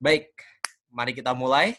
Baik, mari kita mulai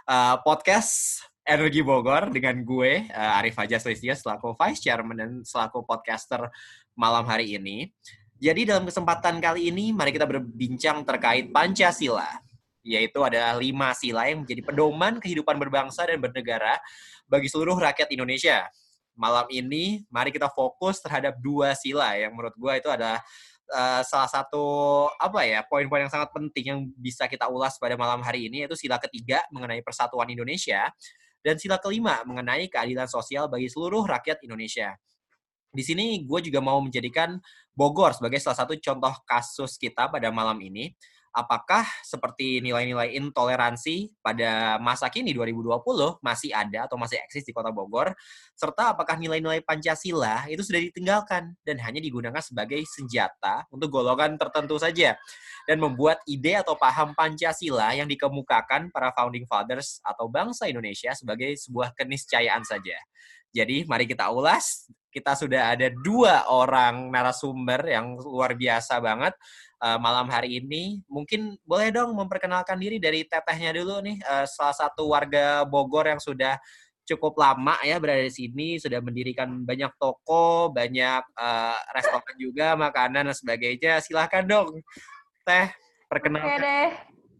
podcast Energi Bogor dengan gue, Arif Fajar Listia, selaku Vice Chairman dan selaku podcaster malam hari ini. Jadi dalam kesempatan kali ini, mari kita berbincang terkait Pancasila, yaitu ada 5 sila yang menjadi pedoman kehidupan berbangsa dan bernegara bagi seluruh rakyat Indonesia. Malam ini, mari kita fokus terhadap 2 sila yang menurut gue itu adalah salah satu poin-poin yang sangat penting yang bisa kita ulas pada malam hari ini, yaitu sila ketiga mengenai persatuan Indonesia dan sila kelima mengenai keadilan sosial bagi seluruh rakyat Indonesia. Di sini gue juga mau menjadikan Bogor sebagai salah satu contoh kasus kita pada malam ini. Apakah seperti nilai-nilai intoleransi pada masa kini 2020 masih ada atau masih eksis di Kota Bogor? Serta apakah nilai-nilai Pancasila itu sudah ditinggalkan dan hanya digunakan sebagai senjata untuk golongan tertentu saja? Dan membuat ide atau paham Pancasila yang dikemukakan para founding fathers atau bangsa Indonesia sebagai sebuah keniscayaan saja. Jadi mari kita ulas. Kita sudah ada 2 orang narasumber yang luar biasa banget malam hari ini. Mungkin boleh dong memperkenalkan diri dari tetehnya dulu nih. Salah satu warga Bogor yang sudah cukup lama ya berada di sini, sudah mendirikan banyak toko, banyak restoran juga, makanan dan sebagainya. Silahkan dong, Teh, perkenalkan. Oke deh.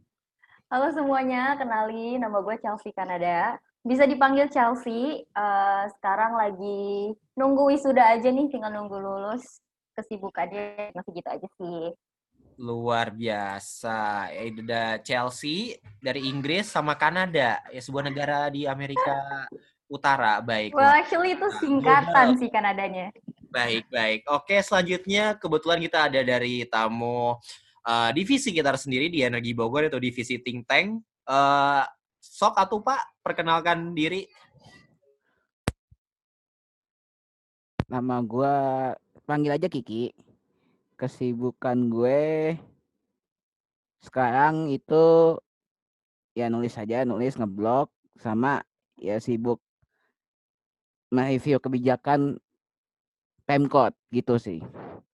Halo semuanya, kenalin nama gue Chelsea Kanada. Bisa dipanggil Chelsea. Sekarang lagi nunggu wisuda aja nih, tinggal nunggu lulus. Kesibukannya masih gitu aja sih. Luar biasa. Ada Chelsea dari Inggris sama Kanada, ya sebuah negara di Amerika Utara. Well, Baiklah. actually itu Global. singkatan sih Kanadanya. Baik. Oke, selanjutnya kebetulan kita ada dari tamu divisi kita sendiri di Energi Bogor, atau divisi Think Tank. Sok atuh Pak, perkenalkan diri. Nama gue, panggil aja Kiki. Kesibukan gue sekarang itu ya nulis ngeblog, sama ya sibuk mereview kebijakan Pemkot gitu sih.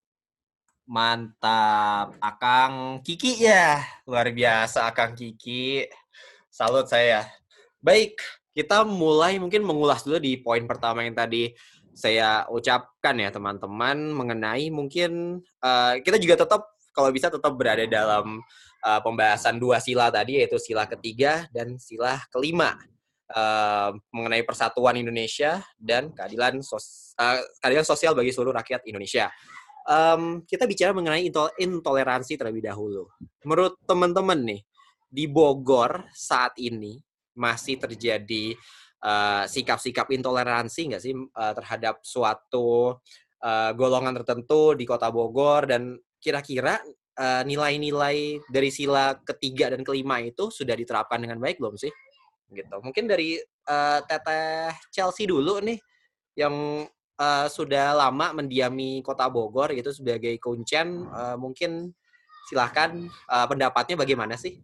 Mantap, Akang Kiki ya. Luar biasa Akang Kiki. Salut saya. Baik, kita mulai mungkin mengulas dulu di poin pertama yang tadi saya ucapkan ya teman-teman, mengenai mungkin kita juga tetap kalau bisa tetap berada dalam pembahasan 2 sila tadi, yaitu sila ketiga dan sila kelima mengenai persatuan Indonesia dan keadilan sosial bagi seluruh rakyat Indonesia. Kita bicara mengenai intoleransi terlebih dahulu. Menurut teman-teman nih, di Bogor saat ini masih terjadi sikap-sikap intoleransi nggak sih terhadap suatu golongan tertentu di Kota Bogor, dan kira-kira nilai-nilai dari sila ketiga dan kelima itu sudah diterapkan dengan baik belum sih? Gitu. Mungkin dari Teteh Chelsea dulu nih, yang sudah lama mendiami Kota Bogor gitu sebagai kuncen, mungkin silahkan pendapatnya bagaimana sih?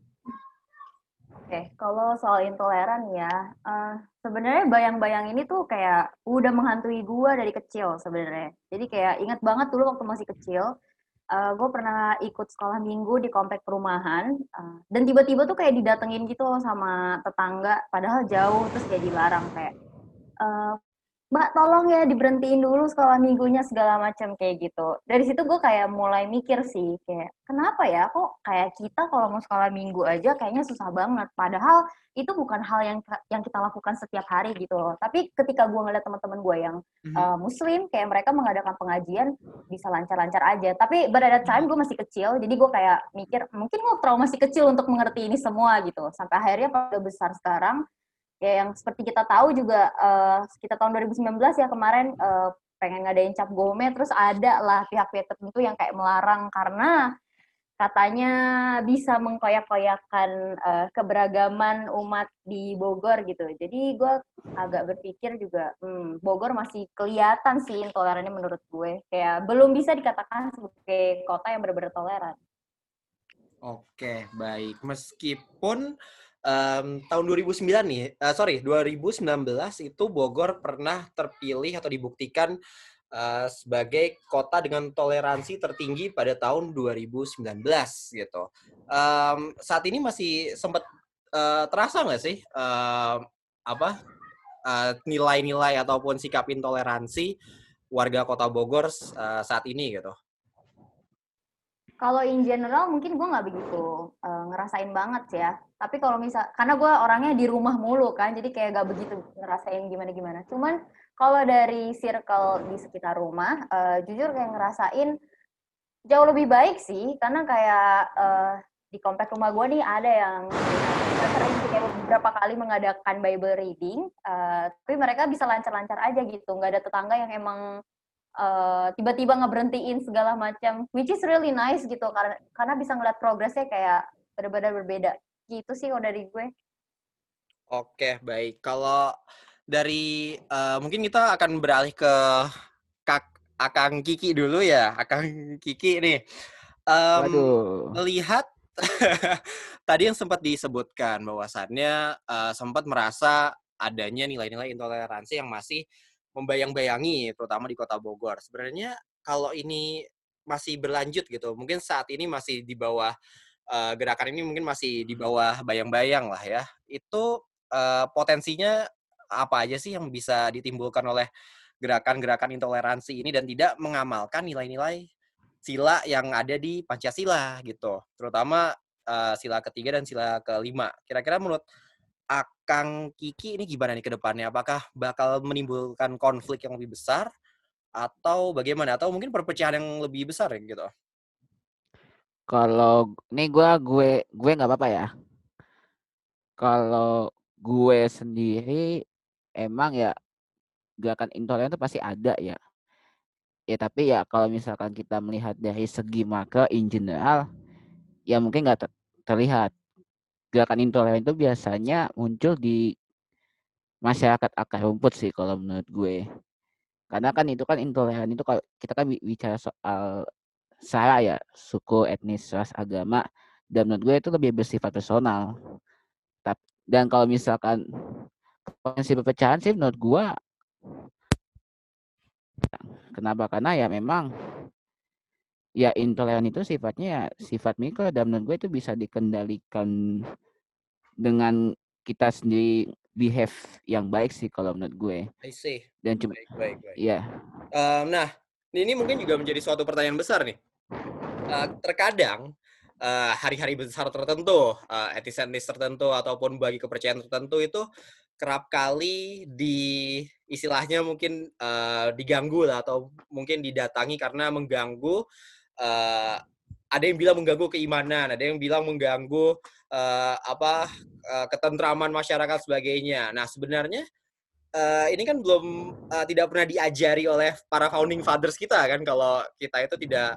Oke, kalau soal intoleran ya, sebenarnya bayang-bayang ini tuh kayak udah menghantui gue dari kecil sebenarnya. Jadi kayak inget banget dulu waktu masih kecil, gue pernah ikut sekolah minggu di komplek perumahan, dan tiba-tiba tuh kayak didatengin gitu loh sama tetangga, padahal jauh, terus kayak dilarang kayak, Mbak tolong ya diberhentiin dulu sekolah minggunya segala macam kayak gitu. Dari situ gue kayak mulai mikir sih, kayak kenapa ya kok kayak kita kalau mau sekolah minggu aja kayaknya susah banget. Padahal itu bukan hal yang kita lakukan setiap hari gitu loh. Tapi ketika gue ngeliat teman-teman gue yang muslim, kayak mereka mengadakan pengajian bisa lancar-lancar aja. Tapi pada time gue masih kecil, jadi gue kayak mikir mungkin gue terlalu masih kecil untuk mengerti ini semua gitu. Sampai akhirnya pada besar sekarang, ya yang seperti kita tahu juga sekitar tahun 2019 ya kemarin pengen ngadain cap gome, terus ada lah pihak-pihak tertentu yang kayak melarang karena katanya bisa mengkoyak-koyakan keberagaman umat di Bogor gitu. Jadi gue agak berpikir juga Bogor masih kelihatan sih intolerannya menurut gue. Kayak belum bisa dikatakan sebagai kota yang benar-benar toleran. Oke, baik. Meskipun tahun 2009 nih, 2019 itu Bogor pernah terpilih atau dibuktikan sebagai kota dengan toleransi tertinggi pada tahun 2019 gitu. Saat ini masih sempat terasa nggak sih nilai-nilai ataupun sikap intoleransi warga Kota Bogor saat ini gitu? Kalau in general mungkin gue nggak begitu ngerasain banget sih ya. Tapi kalau karena gue orangnya di rumah mulu kan, jadi kayak gak begitu ngerasain gimana-gimana. Cuman kalau dari circle di sekitar rumah, jujur kayak ngerasain jauh lebih baik sih. Karena kayak di komplek rumah gue nih ada yang sering kayak beberapa kali mengadakan Bible reading, tapi mereka bisa lancar-lancar aja gitu. Nggak ada tetangga yang emang tiba-tiba ngeberhentiin segala macam, which is really nice gitu karena bisa ngeliat progresnya kayak benar-benar berbeda gitu sih kalau dari gue. Oke, baik. Kalau dari mungkin kita akan beralih ke Akang Kiki dulu ya. Akang Kiki nih. Waduh. Melihat tadi yang sempat disebutkan bahwasannya sempat merasa adanya nilai-nilai intoleransi yang masih membayang-bayangi, terutama di Kota Bogor. Sebenarnya kalau ini masih berlanjut gitu, mungkin saat ini masih di bawah gerakan ini mungkin masih di bawah bayang-bayang lah ya. Itu potensinya apa aja sih yang bisa ditimbulkan oleh gerakan-gerakan intoleransi ini dan tidak mengamalkan nilai-nilai sila yang ada di Pancasila gitu, terutama sila ketiga dan sila kelima. Kira-kira menurut Akang Kiki ini gimana nih ke depannya? Apakah bakal menimbulkan konflik yang lebih besar atau bagaimana? Atau mungkin perpecahan yang lebih besar gitu? Kalau ini gue nggak apa-apa ya. Kalau gue sendiri emang ya gerakan intoleran itu pasti ada ya. Ya tapi ya kalau misalkan kita melihat dari segi makro in general, ya mungkin nggak terlihat. Gerakan intoleran itu biasanya muncul di masyarakat akar rumput sih kalau menurut gue. Karena kan itu kan intoleran itu kalau kita kan bicara soal sara ya, suku, etnis, ras, agama, dan menurut gue itu lebih bersifat personal. Dan kalau misalkan potensi perpecahan sih menurut gue, kenapa? Karena ya memang ya intoleran itu sifatnya ya sifat mikro dan menurut gue itu bisa dikendalikan dengan kita sendiri behave yang baik sih kalau menurut gue. I see. Dan cuma Baik. ya. Nah, ini mungkin juga menjadi suatu pertanyaan besar nih. Terkadang hari-hari besar tertentu, etnis-etnis tertentu ataupun bagi kepercayaan tertentu itu kerap kali istilahnya mungkin diganggu lah atau mungkin didatangi karena mengganggu. Ada yang bilang mengganggu keimanan, ada yang bilang mengganggu ketentraman masyarakat sebagainya. Nah, sebenarnya ini kan belum tidak pernah diajari oleh para founding fathers kita kan, kalau kita itu tidak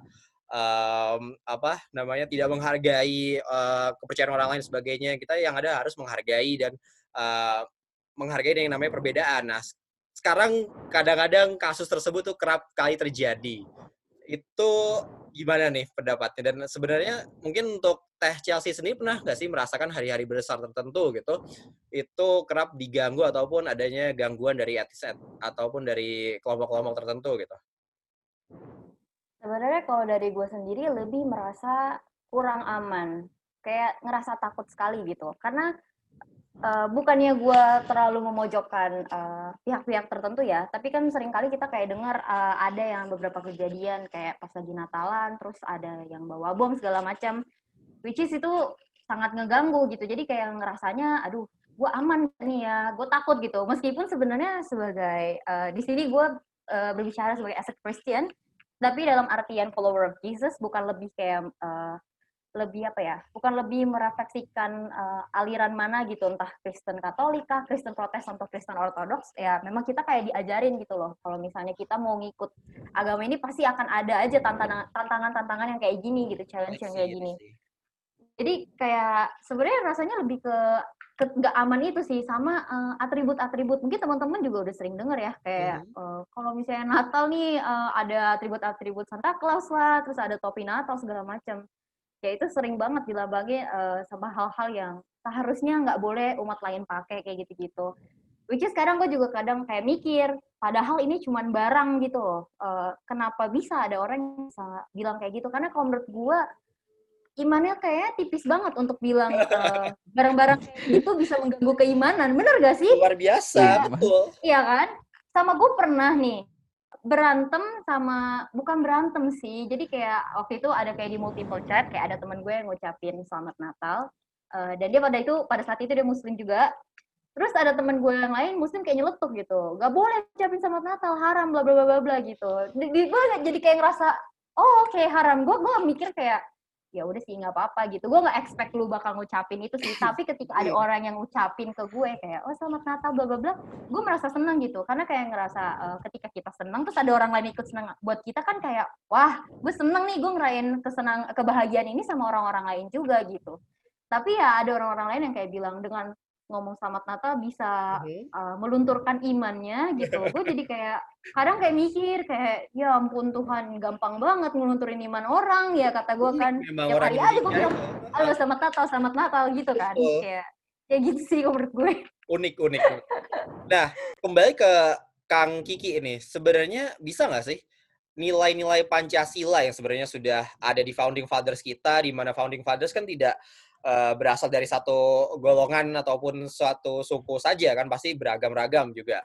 tidak menghargai kepercayaan orang lain sebagainya. Kita yang ada harus menghargai dan menghargai yang namanya perbedaan. Nah, sekarang kadang-kadang kasus tersebut tuh kerap kali terjadi. Itu gimana nih pendapatnya? Dan sebenarnya mungkin untuk Teh Chelsea sendiri pernah nggak sih merasakan hari-hari besar tertentu gitu itu kerap diganggu ataupun adanya gangguan dari etnis ataupun dari kelompok-kelompok tertentu gitu? Sebenarnya kalau dari gue sendiri lebih merasa kurang aman, kayak ngerasa takut sekali gitu. Karena bukannya gue terlalu memojokkan pihak-pihak tertentu ya, tapi kan seringkali kita kayak dengar ada yang beberapa kejadian kayak pas lagi Natalan, terus ada yang bawa bom segala macam, which is itu sangat ngeganggu gitu. Jadi kayak ngerasanya, aduh, gue aman nih ya, gue takut gitu. Meskipun sebenarnya sebagai di sini gue berbicara sebagai as a Christian, tapi dalam artian follower of Jesus, bukan lebih kayak lebih apa ya, bukan lebih merefleksikan aliran mana gitu, entah Kristen Katolik kah, Kristen Protestan atau Kristen Ortodoks, ya memang kita kayak diajarin gitu loh, kalau misalnya kita mau ngikut agama ini pasti akan ada aja tantangan-tantangan yang kayak gini gitu, challenge yang kayak gini. Jadi kayak sebenarnya rasanya lebih ke nggak aman itu sih, sama atribut-atribut. Mungkin teman-teman juga udah sering dengar ya, kayak kalau misalnya Natal nih ada atribut-atribut Santa Claus lah, terus ada topi Natal segala macam. Ya itu sering banget dilabagi sama hal-hal yang seharusnya nggak boleh umat lain pakai kayak gitu-gitu. Which is sekarang gue juga kadang kayak mikir, padahal ini cuman barang gitu loh. Kenapa bisa ada orang yang bisa bilang kayak gitu? Karena kalau menurut gue, imannya kayaknya tipis banget untuk bilang barang-barang kayak gitu bisa mengganggu keimanan. Bener gak sih? Luar biasa, betul. Iya kan? Sama gue pernah nih, berantem sama, bukan berantem sih, jadi kayak waktu itu ada kayak di multiple chat, kayak ada temen gue yang ngucapin selamat Natal, dan dia pada saat itu dia muslim juga, terus ada temen gue yang lain muslim kayak nyeletuk gitu, gak boleh ucapin selamat Natal, haram, bla bla bla bla gitu. Gue jadi kayak ngerasa, oh oke, haram. Gue mikir kayak, ya udah sih nggak apa-apa gitu. Gue nggak expect lu bakal ngucapin itu sih. Tapi ketika ada orang yang ngucapin ke gue kayak, oh selamat Natal, bla bla bla, gue merasa senang gitu. Karena kayak ngerasa ketika kita senang, terus ada orang lain ikut senang, buat kita kan kayak, wah, gue seneng nih, gue ngerayain kebahagiaan ini sama orang-orang lain juga gitu. Tapi ya ada orang-orang lain yang kayak bilang dengan ngomong selamat Natal bisa melunturkan imannya gitu. Gue jadi kayak kadang kayak mikir kayak, ya ampun Tuhan, gampang banget ngelunturin iman orang ya, kata gue kan. Tiap hari aja gue bilang, halo selamat Natal gitu kan. Kayak gitu sih menurut gue. Unik. Nah, kembali ke Kang Kiki ini, sebenarnya bisa nggak sih nilai-nilai Pancasila yang sebenarnya sudah ada di Founding Fathers kita, di mana Founding Fathers kan tidak berasal dari satu golongan ataupun suatu suku saja kan, pasti beragam-ragam juga.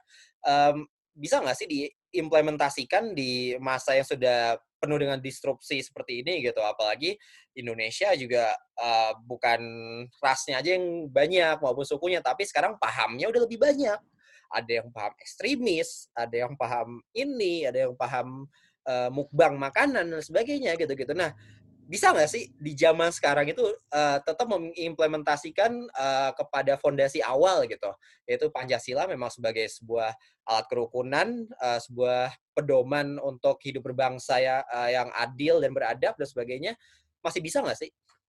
Bisa nggak sih diimplementasikan di masa yang sudah penuh dengan disrupsi seperti ini gitu, apalagi Indonesia juga bukan rasnya aja yang banyak maupun sukunya, tapi sekarang pahamnya udah lebih banyak. Ada yang paham ekstremis, ada yang paham ini, ada yang paham mukbang makanan dan sebagainya gitu-gitu. Nah, bisa nggak sih di zaman sekarang itu tetap mengimplementasikan kepada fondasi awal gitu, yaitu Pancasila memang sebagai sebuah alat kerukunan, sebuah pedoman untuk hidup berbangsa yang adil dan beradab dan sebagainya, masih bisa nggak sih?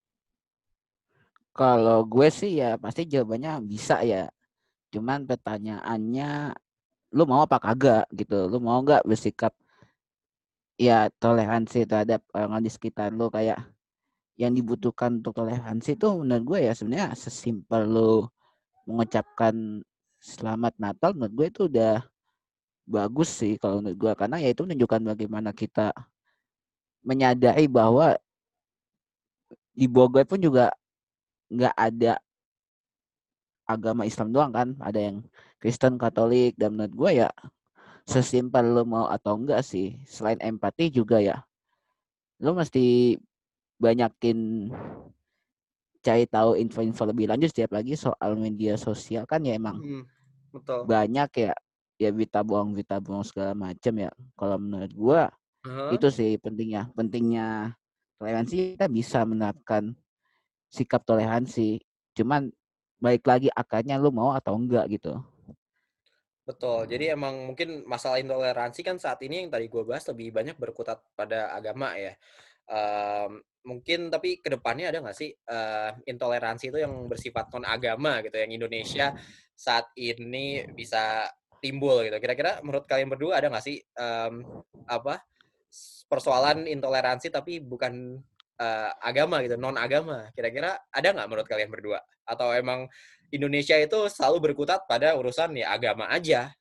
Kalau gue sih ya pasti jawabannya bisa ya. Cuman pertanyaannya, lu mau apa kagak gitu? Lu mau nggak bersikap ya toleransi terhadap orang di sekitar lu? Kayak yang dibutuhkan untuk toleransi itu menurut gue ya sebenarnya sesimpel lu mengucapkan selamat Natal, menurut gue itu udah bagus sih kalau menurut gue, karena ya itu menunjukkan bagaimana kita menyadari bahwa di Bogor pun juga nggak ada agama Islam doang kan, ada yang Kristen, Katolik, dan menurut gue ya sesimpel lo mau atau enggak sih, selain empati juga ya lo mesti banyakin cari tahu info-info lebih lanjut setiap lagi soal media sosial kan ya emang betul. banyak ya berita bohong segala macam ya. Kalau menurut gue itu sih pentingnya toleransi, kita bisa menerapkan sikap toleransi, cuman balik lagi akarnya lu mau atau enggak gitu. Betul. Jadi emang mungkin masalah intoleransi kan saat ini yang tadi gue bahas lebih banyak berkutat pada agama ya. Mungkin tapi kedepannya ada nggak sih intoleransi itu yang bersifat non agama gitu, yang Indonesia saat ini bisa timbul gitu. Kira-kira menurut kalian berdua ada nggak sih persoalan intoleransi tapi bukan agama gitu, non agama? Kira-kira ada nggak menurut kalian berdua? Atau emang Indonesia itu selalu berkutat pada urusan ya agama aja?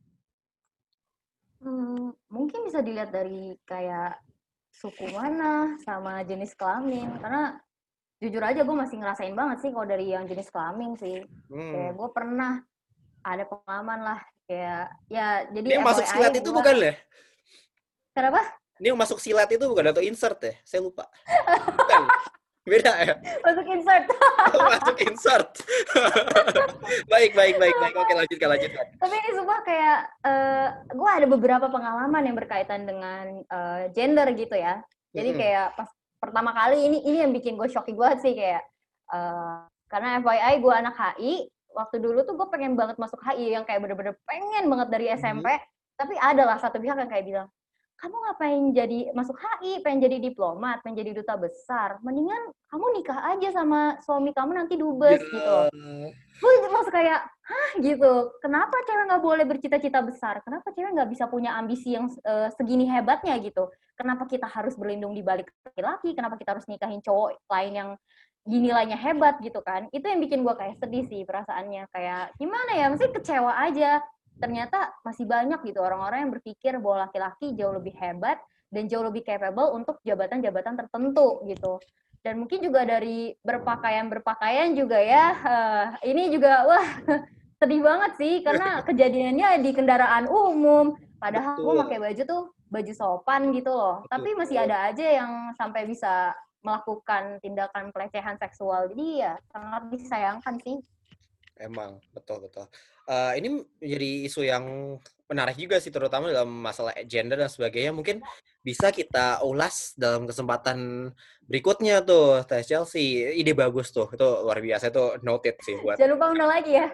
Mungkin bisa dilihat dari kayak suku mana sama jenis kelamin, karena jujur aja gue masih ngerasain banget sih kalau dari yang jenis kelamin sih. Kayak gue pernah ada pengalaman lah, kayak ya jadi ini yang masuk silat itu bukan ya? Kenapa? Ini yang masuk silat itu bukan, atau insert ya? Saya lupa. Bukan. Beda ya? Masuk insert. Masuk insert. Baik. Oke, lanjutkan. Tapi ini sumpah kayak gue ada beberapa pengalaman yang berkaitan dengan gender gitu ya. Jadi kayak pas pertama kali ini yang bikin gue shocking banget sih, kayak karena FYI gue anak HI. Waktu dulu tuh gue pengen banget masuk HI, yang kayak bener-bener pengen banget dari SMP. Tapi ada lah satu pihak yang kayak bilang, kamu ngapain masuk HI, pengen jadi diplomat, pengen jadi duta besar, mendingan kamu nikah aja sama suami kamu nanti dubes gitu. Gue masuk kayak, hah gitu, kenapa cewek nggak boleh bercita-cita besar? Kenapa cewek nggak bisa punya ambisi yang segini hebatnya gitu? Kenapa kita harus berlindung di balik laki-laki? Kenapa kita harus nikahin cowok lain yang dinilainya hebat gitu kan. Itu yang bikin gue kayak sedih sih perasaannya, kayak gimana ya, mesti kecewa aja. Ternyata masih banyak gitu orang-orang yang berpikir bahwa laki-laki jauh lebih hebat dan jauh lebih capable untuk jabatan-jabatan tertentu gitu. Dan mungkin juga dari berpakaian juga ya, ini juga wah sedih banget sih karena kejadiannya di kendaraan umum. Padahal gue pakai baju tuh baju sopan gitu loh. Tapi masih ada aja yang sampai bisa melakukan tindakan pelecehan seksual. Jadi ya sangat disayangkan sih. Emang, betul. Ini menjadi isu yang menarik juga sih, terutama dalam masalah gender dan sebagainya. Mungkin bisa kita ulas dalam kesempatan berikutnya tuh, Teh Chelsea. Ide bagus tuh, itu luar biasa, itu noted sih buat. Jangan lupa undang lagi ya.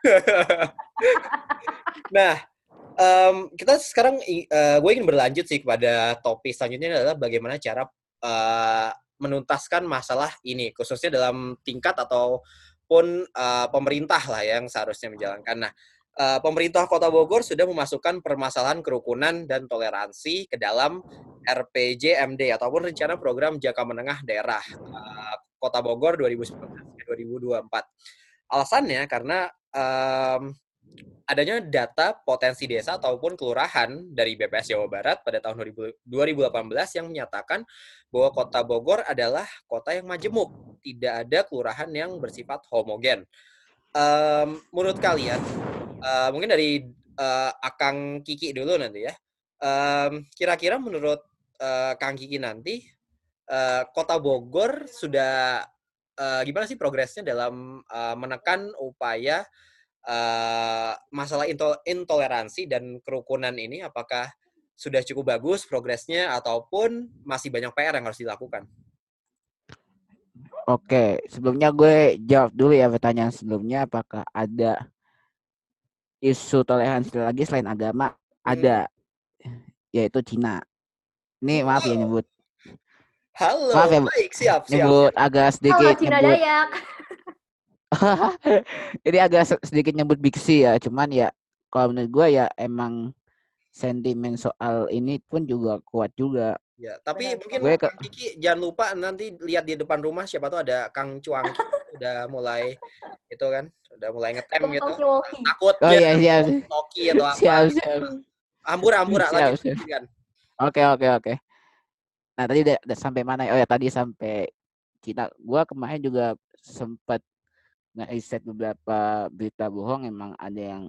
Nah, kita sekarang, gue ingin berlanjut sih kepada topik selanjutnya adalah bagaimana cara menuntaskan masalah ini, khususnya dalam tingkat ataupun pemerintah lah yang seharusnya menjalankan. Nah, pemerintah Kota Bogor sudah memasukkan permasalahan kerukunan dan toleransi ke dalam RPJMD ataupun Rencana Program Jangka Menengah Daerah Kota Bogor 2019-2024. Alasannya karena adanya data potensi desa ataupun kelurahan dari BPS Jawa Barat pada tahun 2018 yang menyatakan bahwa Kota Bogor adalah kota yang majemuk, tidak ada kelurahan yang bersifat homogen. Menurut kalian, mungkin dari Akang Kiki dulu nanti ya, kira-kira menurut Kang Kiki nanti, Kota Bogor sudah gimana sih progresnya dalam menekan upaya masalah intoleransi dan kerukunan ini, apakah sudah cukup bagus progresnya ataupun masih banyak PR yang harus dilakukan? Oke, sebelumnya gue jawab dulu ya pertanyaan sebelumnya, apakah ada isu toleransi lagi selain agama? Ada, yaitu Cina. Ini maaf ya nyebut. Halo, Maaf ya, baik, siap. nyebut agak sedikit Cina nyebut. Dayak. Ini agak sedikit nyebut biksi ya, cuman ya kalau menurut gue ya emang sentimen soal ini pun juga kuat juga. Ya, tapi mungkin Kang Kiki jangan lupa nanti lihat di depan rumah, siapa tahu ada Kang Cuangki udah mulai itu kan, udah mulai ngetem gitu. Takutnya siap. Toki atau apa. Siap. Ambura lanjut Siap. kan. Oke. Nah, tadi udah sampai mana? Oh ya, tadi sampai Cina. Gua kemarin juga sempat nge-riset beberapa berita bohong, emang ada yang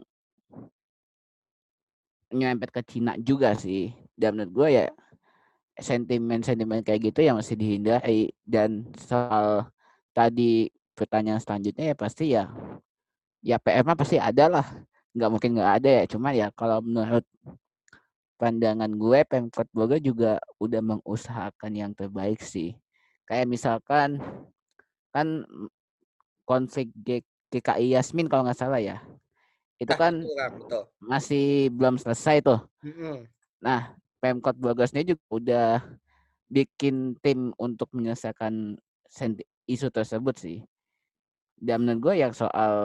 nyempet ke Cina juga sih. Dan menurut gue ya sentimen kayak gitu yang masih dihindari. Dan soal tadi pertanyaan selanjutnya ya pasti ya PR mah pasti ada lah, nggak mungkin nggak ada ya. Cuma ya kalau menurut pandangan gue, Pemkot Bogor juga udah mengusahakan yang terbaik sih. Kayak misalkan kan konflik GKI Yasmin kalau nggak salah ya, itu kan betul. masih belum selesai tuh. Nah, Pemkot Bogor sendiri juga udah bikin tim untuk menyelesaikan isu tersebut sih. Dan menurut gue yang soal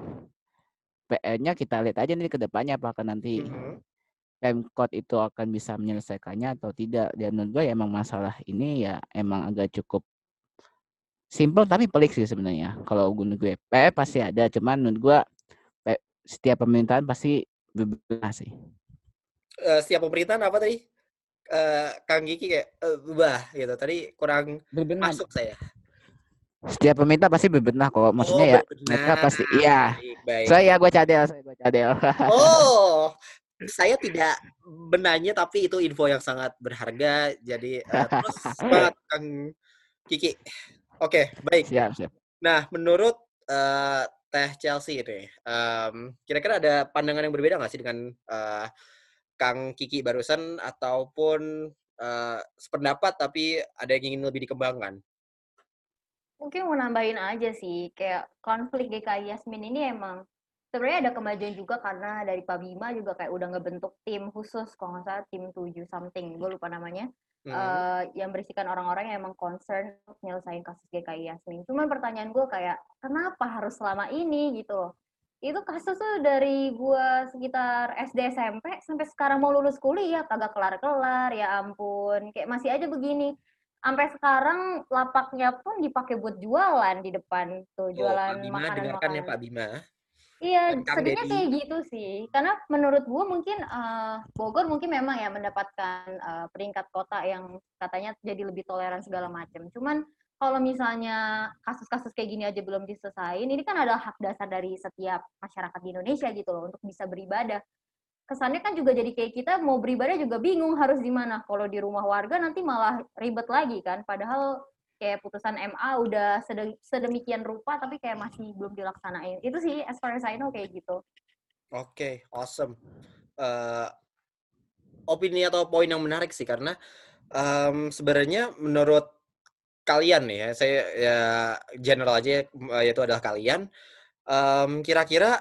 PR-nya kita lihat aja nih ke depannya, apakah nanti Pemkot itu akan bisa menyelesaikannya atau tidak. Dan menurut gue ya emang masalah ini ya emang agak cukup simpel tapi pelik sih sebenarnya. Kalau menurut gue PR pasti ada, cuman menurut gue setiap pemerintahan pasti berbenah sih. Setiap pemerintahan apa tadi? Kang Giki kayak gitu. Tadi kurang berbenah. Masuk saya. Setiap pemerintah pasti berbenah kok. Maksudnya ya mereka pasti iya. Baik. Saya gue cadel. Oh, saya tidak benarnya, tapi itu info yang sangat berharga. Jadi terus semangat Kang Kiki. Oke, baik. Siap. Nah, menurut Teh Chelsea ini, kira-kira ada pandangan yang berbeda nggak sih dengan Kang Kiki barusan, ataupun sependapat tapi ada yang ingin lebih dikembangkan? Mungkin mau nambahin aja sih, kayak konflik GKI Yasmin ini emang sebenarnya ada kemajuan juga karena dari Pak Bima juga kayak udah ngebentuk tim khusus, kalau nggak salah tim 7 something, gue lupa namanya, yang berisikan orang-orang yang emang concern untuk nyelesain kasus GKI Yasmin. Cuman pertanyaan gue kayak, kenapa harus selama ini gitu loh? Itu kasus tuh dari gue sekitar SD SMP sampai sekarang mau lulus kuliah, kagak kelar-kelar, ya ampun, kayak masih aja begini. sampai sekarang lapaknya pun dipakai buat jualan di depan tuh, Oh, Pak jualan Bima, dengarkan ya makanan-makanan. Pak Bima dan Iya, Kang sedihnya kayak Deddy. gitu sih. Karena menurut gue mungkin Bogor mungkin memang ya mendapatkan peringkat kota yang katanya jadi lebih toleran segala macam. Cuman kalau misalnya kasus-kasus kayak gini aja belum diselesain, ini kan adalah hak dasar dari setiap masyarakat di Indonesia gitu loh untuk bisa beribadah. Kesannya kan juga jadi kayak kita mau beribadah juga bingung harus di mana. Kalau di rumah warga nanti malah ribet lagi kan. Padahal kayak putusan MA udah sedemikian rupa tapi kayak masih belum dilaksanain. Itu sih as far as I know kayak gitu. Oke, awesome. Eh, Opini atau poin yang menarik sih karena sebenarnya menurut kalian nih ya, saya ya general aja yaitu adalah kalian. Kira-kira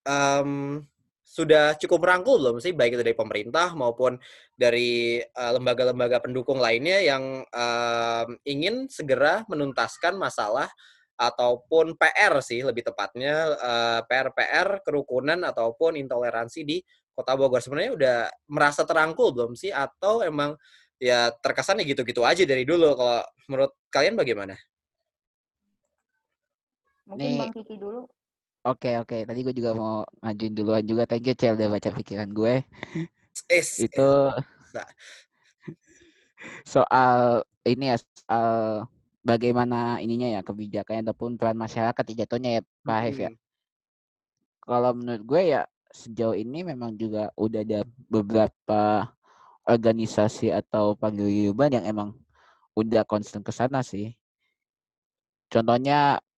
sudah cukup merangkul belum sih baik itu dari pemerintah maupun dari lembaga-lembaga pendukung lainnya yang ingin segera menuntaskan masalah ataupun PR sih lebih tepatnya PR kerukunan ataupun intoleransi di Kota Bogor. Sebenarnya udah merasa terangkul belum sih atau emang ya terkesannya gitu-gitu aja dari dulu. Kalau menurut kalian bagaimana? Mungkin Nih, Bang Kiki dulu. oke. Tadi gue juga mau ngajuin duluan juga. Thank you, Cel, udah baca pikiran gue. Itu soal ini ya, soal bagaimana ininya ya, kebijakannya ataupun peran masyarakat jatuhnya ya, Pak Haif ya. Kalau menurut gue ya, sejauh ini memang juga udah ada beberapa organisasi atau paguyuban yang emang udah concern ke sana sih. Contohnya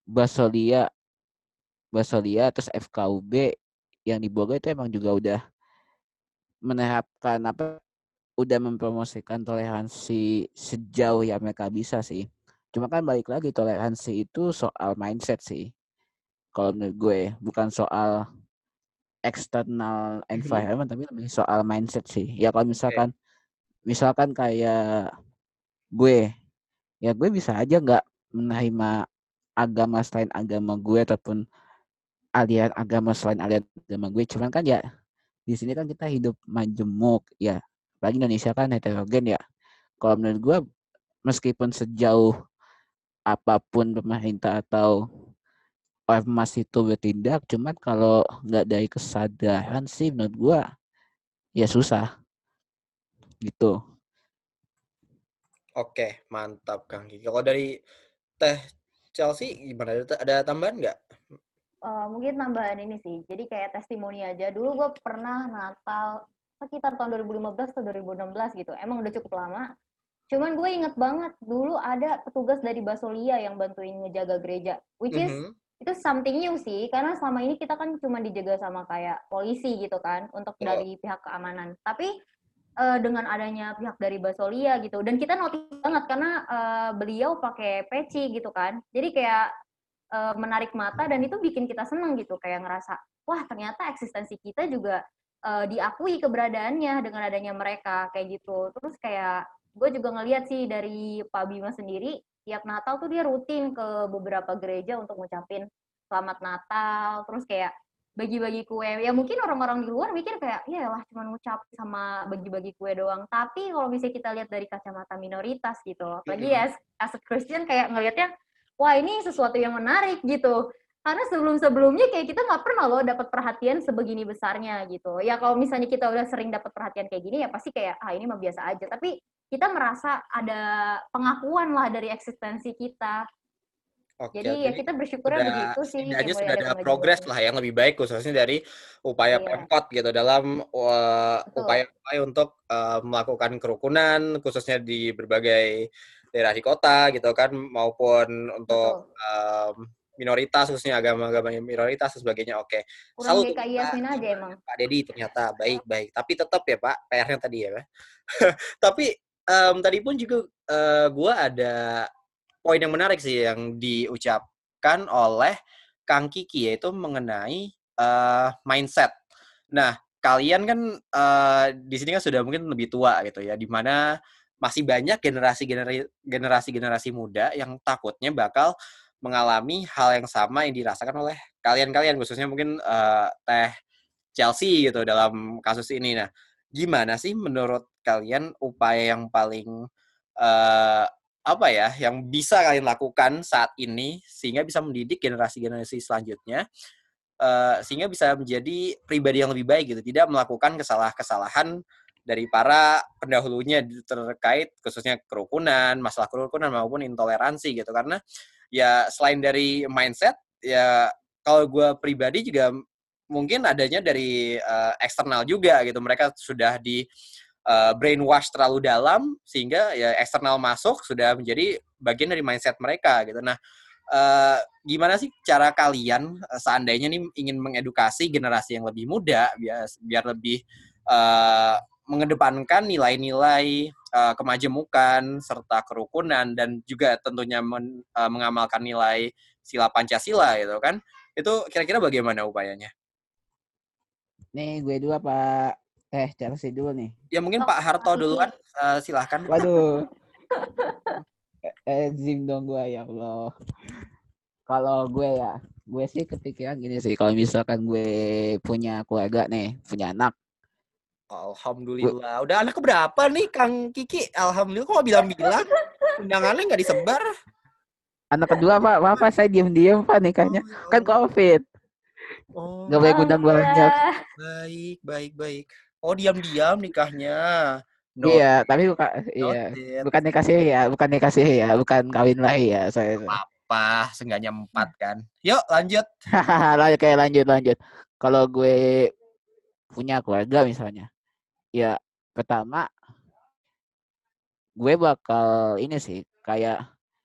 Basolia terus FKUB yang di Bogor itu emang juga udah menerapkan udah mempromosikan toleransi sejauh yang mereka bisa sih. Cuma kan balik lagi, toleransi itu soal mindset sih. Kalau menurut gue bukan soal external environment tapi lebih soal mindset sih. Ya kalau misalkan kayak gue, ya gue bisa aja nggak menerima agama selain agama gue ataupun aliran agama selain aliran agama gue. Cuman kan ya di sini kan kita hidup majemuk ya. Apalagi Indonesia kan heterogen ya. Kalau menurut gue meskipun sejauh apapun pemerintah atau ormas itu bertindak, cuman kalau nggak dari kesadaran sih menurut gue ya susah gitu. Oke, mantap Kang Kiki. Kalau dari Teh Chelsea gimana? Ada tambahan nggak? Mungkin tambahan ini sih. Jadi kayak testimoni aja. Dulu gue pernah Natal sekitar tahun 2015 atau 2016 gitu. Emang udah cukup lama. Cuman gue inget banget dulu ada petugas dari Basolia yang bantuin ngejaga gereja. Which is itu something new sih. Karena selama ini kita kan cuma dijaga sama kayak polisi gitu kan. Untuk dari pihak keamanan. Tapi dengan adanya pihak dari Basolia gitu. Dan kita notice banget karena beliau pakai peci gitu kan. Jadi kayak menarik mata dan itu bikin kita seneng gitu kayak ngerasa wah ternyata eksistensi kita juga diakui keberadaannya dengan adanya mereka kayak gitu. Terus kayak gue juga ngeliat sih dari Pak Bima sendiri tiap Natal tuh dia rutin ke beberapa gereja untuk ngucapin selamat Natal, terus kayak bagi-bagi kue. Ya mungkin orang-orang di luar mikir kayak ya lah cuma ngucap sama bagi-bagi kue doang, tapi kalau misalnya kita lihat dari kacamata minoritas gitu, apalagi ya as a Christian kayak ngelihatnya wah ini sesuatu yang menarik gitu. Karena sebelum-sebelumnya kayak kita nggak pernah loh dapat perhatian sebegini besarnya gitu. Ya kalau misalnya kita udah sering dapat perhatian kayak gini ya pasti kayak ah ini mah biasa aja. Tapi kita merasa ada pengakuan lah dari eksistensi kita. Oke, Jadi ya jadi kita bersyukurnya sudah begitu sih kayak setidaknya mulai sudah ada ada progres kemajuan. lah yang lebih baik khususnya dari upaya Iya, Pemkot gitu dalam betul. upaya-upaya untuk melakukan kerukunan khususnya di berbagai daerah di kota gitu kan maupun untuk Betul. minoritas khususnya agama-agama minoritas dan sebagainya. Oke. Kurang Salut untuk GKI Pak Yasmin aja Bima emang. dan Pak Dedi ternyata baik-baik. Tapi tetap ya Pak, PR-nya tadi ya Pak. Tapi tadi pun juga gua ada poin yang menarik sih yang diucapkan oleh Kang Kiki yaitu mengenai mindset. Nah, kalian kan di sini kan sudah mungkin lebih tua gitu ya, di mana masih banyak generasi muda yang takutnya bakal mengalami hal yang sama yang dirasakan oleh kalian-kalian khususnya mungkin Teh Chelsea gitu dalam kasus ini. Nah, gimana sih menurut kalian upaya yang paling apa ya yang bisa kalian lakukan saat ini sehingga bisa mendidik generasi-generasi selanjutnya sehingga bisa menjadi pribadi yang lebih baik gitu, tidak melakukan kesalahan-kesalahan dari para pendahulunya terkait khususnya kerukunan, masalah kerukunan maupun intoleransi gitu. Karena ya selain dari mindset ya kalau gue pribadi juga mungkin adanya dari eksternal juga gitu. Mereka sudah di brainwash terlalu dalam sehingga ya eksternal masuk sudah menjadi bagian dari mindset mereka gitu. Nah, gimana sih cara kalian seandainya nih ingin mengedukasi generasi yang lebih muda biar lebih mengedepankan nilai-nilai kemajemukan serta kerukunan dan juga tentunya mengamalkan nilai sila Pancasila gitu kan? Itu kira-kira bagaimana upayanya? Nih gue dulu Pak Chelsea dulu nih. Ya mungkin Pak Harto duluan, silahkan. Waduh. Zim dong gue, ya Allah. Kalau gue sih kepikiran gini sih, kalau misalkan gue punya keluarga nih, punya anak. Alhamdulillah. Udah anak keberapa nih Kang Kiki? Alhamdulillah, kok bilang-bilang undangannya nggak disebar. Anak kedua Pak, apa saya diem-diem Pak nikahnya. Kan COVID. Oh, Nggak boleh undang banyak. baik. Oh, diam-diam nikahnya. Iya, tapi bukan nikah siri ya, bukan kawin lagi ya. Saya apa, seenggaknya 4 kan. Yuk, lanjut. Kayak lanjut. Kalau gue punya keluarga misalnya, ya pertama gue bakal ini sih, kayak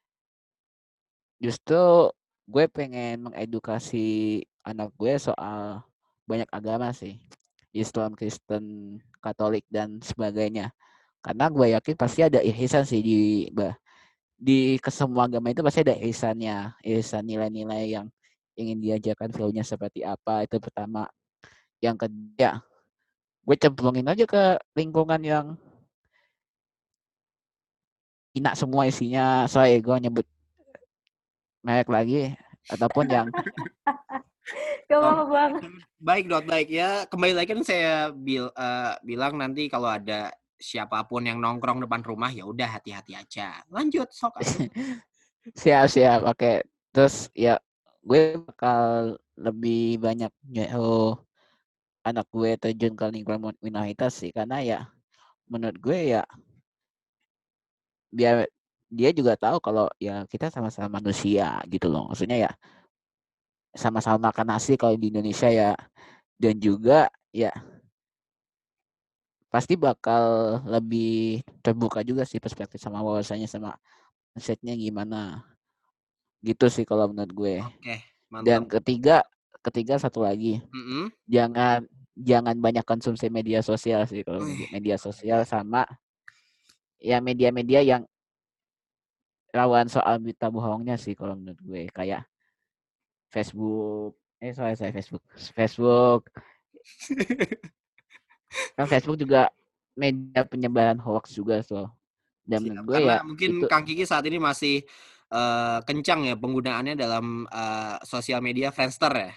justru gue pengen mengedukasi anak gue soal banyak agama sih, Islam, Kristen, Katolik dan sebagainya. Karena gue yakin pasti ada ihsan sih di kesemua agama itu pasti ada ihsan nilai-nilai yang ingin diajarkan filmnya seperti apa, itu pertama. Yang kedua, gue cemplungin aja ke lingkungan yang enak semua isinya, soalnya gue nyebut merek lagi ataupun yang Gak apa-apa banget. Baik ya. Kembali lagi kan saya bilang nanti kalau ada siapapun yang nongkrong depan rumah ya udah hati-hati aja. Lanjut sok. siap. Oke. Terus ya gue bakal lebih banyak anak gue terjun ke lingkungan minoritas sih, karena ya menurut gue ya biar dia juga tahu kalau ya kita sama-sama manusia gitu loh. Maksudnya ya sama-sama makan nasi kalau di Indonesia ya, dan juga ya pasti bakal lebih terbuka juga sih perspektif sama wawasannya sama mindsetnya gimana gitu sih kalau menurut gue. Oke, mantap. Dan ketiga satu lagi, jangan banyak konsumsi media sosial sih. Kalau media sosial sama ya media-media yang rawan soal berita bohongnya sih kalau menurut gue, kayak Facebook kan Facebook juga media penyebaran hoax juga so. Dan menurut gue karena ya mungkin itu Kang Kiki saat ini masih kencang ya penggunaannya dalam sosial media Friendster ya.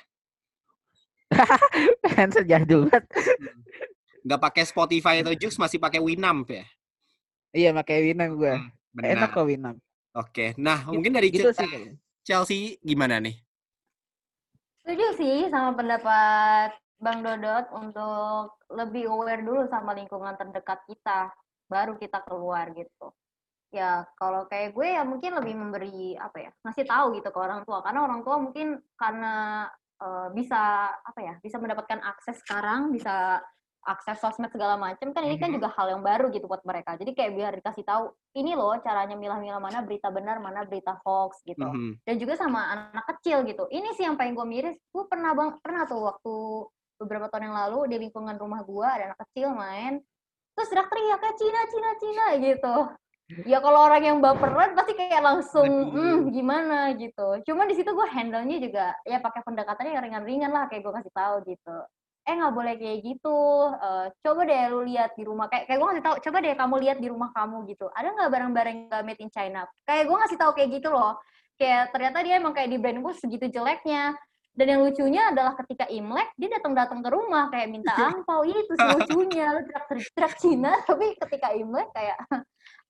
kan sejadul banget. Nggak pakai Spotify atau Joox, masih pakai Winamp ya. Iya, pakai Winamp gue. Enak kok Winamp. Oke, nah mungkin dari gitu sih. Chelsea gimana nih? Setuju sih sama pendapat Bang Dodot untuk lebih aware dulu sama lingkungan terdekat kita, baru kita keluar gitu. Ya kalau kayak gue ya mungkin lebih memberi ngasih tahu gitu ke orang tua, karena orang tua mungkin karena bisa bisa mendapatkan akses sekarang, bisa akses sosmed segala macam kan, ini kan juga hal yang baru gitu buat mereka. Jadi kayak biar dikasih tahu ini loh caranya milah-milah mana berita benar, mana berita hoax gitu. Dan juga sama anak kecil gitu. Ini sih yang paling gue miris. Gue pernah tuh waktu beberapa tahun yang lalu di lingkungan rumah gue ada anak kecil main, terus teriak-teriaknya Cina gitu. Ya kalau orang yang baperan pasti kayak langsung gimana gitu. Cuma di situ gue handle-nya juga ya pakai pendekatannya yang ringan-ringan lah, kayak gue kasih tahu gitu. Nggak boleh kayak gitu. Coba deh lu lihat di rumah, kayak gue ngasih tahu, coba deh kamu lihat di rumah kamu gitu. Ada nggak barang-barang yang nggak made in China? Kayak gue ngasih tahu kayak gitu loh. Kayak ternyata dia emang kayak di brainwash segitu jeleknya. Dan yang lucunya adalah ketika Imlek dia datang ke rumah kayak minta angpau, itu sih lucunya. Lu teriak Cina tapi ketika Imlek kayak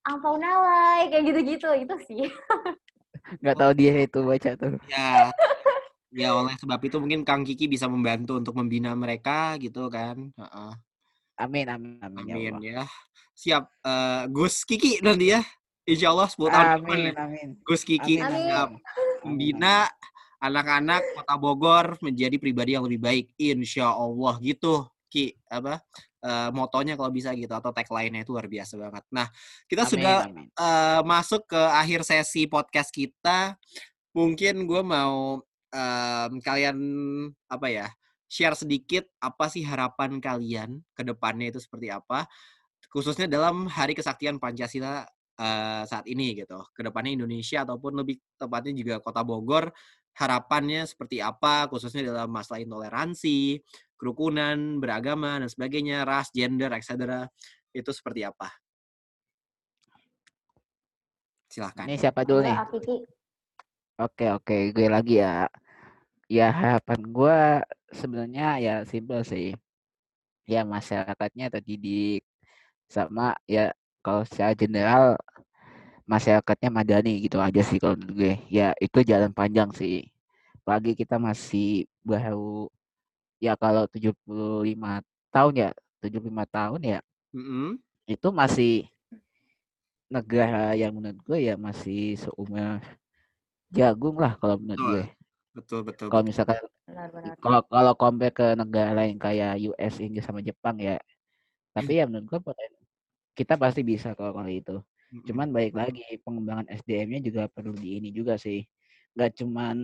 ampau nalai, kayak gitu-gitu, itu sih. Nggak tahu dia itu baca tuh. Ya, ya oleh sebab itu mungkin Kang Kiki bisa membantu untuk membina mereka gitu kan. Heeh. Amin, amin, amin ya Amin Allah. ya. Siap, Gus Kiki nanti ya. Insya Allah 10 tahun depan Amin, ya. amin. Gus Kiki Amin, amin, Amin. siap amin. Amin, amin. membina anak-anak Kota Bogor menjadi pribadi yang lebih baik. Insya Allah gitu. Ki, apa motonya kalau bisa gitu atau tagline-nya itu luar biasa banget. Nah, kita Amin, sudah amin. masuk ke akhir sesi podcast kita. Mungkin gue mau kalian apa ya share sedikit apa sih harapan kalian ke depannya itu seperti apa, khususnya dalam Hari Kesaktian Pancasila saat ini gitu. Ke depannya Indonesia ataupun lebih tepatnya juga Kota Bogor, harapannya seperti apa khususnya dalam masalah intoleransi, kerukunan, beragama dan sebagainya, ras, gender, etc. Itu seperti apa? Silahkan. Ini siapa dulu Monggo nih? Akiki. Oke, gue lagi ya. Ya harapan gue sebenarnya ya simpel sih. Ya masyarakatnya terdidik sama ya kalau secara general masyarakatnya madani gitu aja sih kalau menurut gue. Ya itu jalan panjang sih. Apalagi kita masih baru ya kalau 75 tahun ya, 75 tahun ya Mm-mm. itu masih negara yang menurut gue ya masih seumur jagung lah kalau menurut Betul, gue. betul, betul, Kalau betul. misalkan Benar-benar. kalau compare ke negara lain kayak US, Inggris sama Jepang ya. Tapi ya menurut gue kita pasti bisa kalau itu. Mm-mm. Cuman baik lagi pengembangan SDM-nya juga perlu di ini juga sih. Gak cuman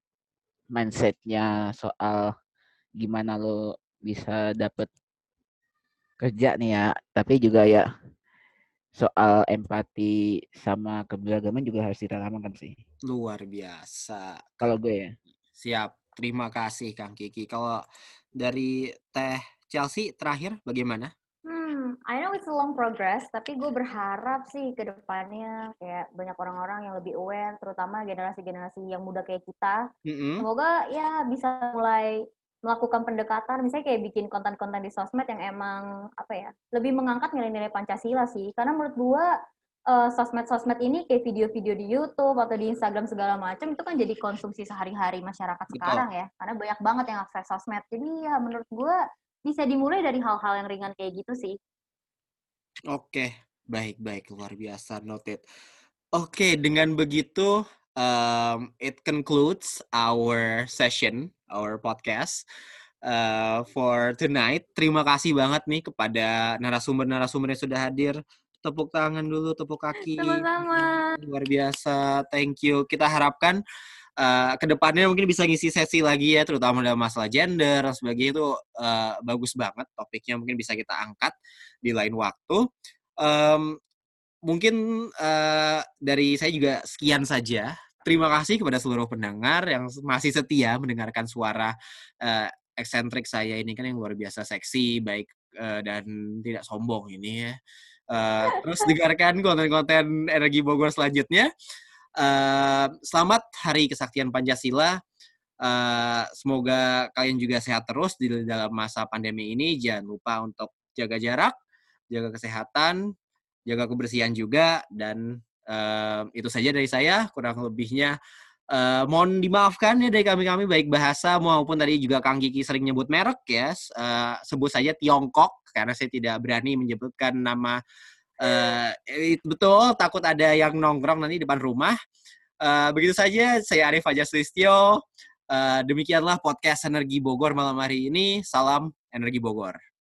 mindsetnya soal gimana lo bisa dapet kerja nih ya, tapi juga ya soal empati sama keberagaman juga harus ditanamkan sih. Luar biasa, Kalau Kang. gue ya. Siap. Terima kasih, Kang Kiki. Kalau dari Teh Chelsea terakhir bagaimana? I know it's a long progress, tapi gue berharap sih ke depannya kayak banyak orang-orang yang lebih aware, terutama generasi-generasi yang muda kayak kita. Mm-mm. Semoga ya bisa mulai melakukan pendekatan, misalnya kayak bikin konten-konten di sosmed yang emang apa ya, lebih mengangkat nilai-nilai Pancasila sih. Karena menurut gue sosmed-sosmed ini kayak video-video di YouTube atau di Instagram segala macam itu kan jadi konsumsi sehari-hari masyarakat Betul. sekarang ya. Karena banyak banget yang akses sosmed. Jadi ya menurut gue bisa dimulai dari hal-hal yang ringan kayak gitu sih. Oke, baik-baik. Luar biasa, noted. Oke, dengan begitu, it concludes our session, our podcast for tonight. Terima kasih banget nih kepada narasumber-narasumber yang sudah hadir. Tepuk tangan dulu, tepuk kaki. Sama-sama. Luar biasa, thank you. Kita harapkan kedepannya mungkin bisa ngisi sesi lagi ya, terutama dalam masalah gender dan sebagainya itu bagus banget topiknya, mungkin bisa kita angkat di lain waktu. Mungkin dari saya juga sekian saja. Terima kasih kepada seluruh pendengar yang masih setia mendengarkan suara eksentrik saya ini kan yang luar biasa seksi, baik dan tidak sombong ini ya. Terus dengarkan konten-konten Energi Bogor selanjutnya. Selamat Hari Kesaktian Pancasila. Semoga kalian juga sehat terus di dalam masa pandemi ini. Jangan lupa untuk jaga jarak, jaga kesehatan, jaga kebersihan juga. Dan itu saja dari saya. Kurang lebihnya mohon dimaafkan ya dari kami-kami, baik bahasa maupun tadi juga Kang Kiki sering nyebut merek ya. Sebut saja Tiongkok karena saya tidak berani menyebutkan nama. Betul, takut ada yang nongkrong nanti depan rumah. Begitu saja, saya Arif Fajar Sulistyo. Demikianlah podcast Energi Bogor malam hari ini. Salam Energi Bogor.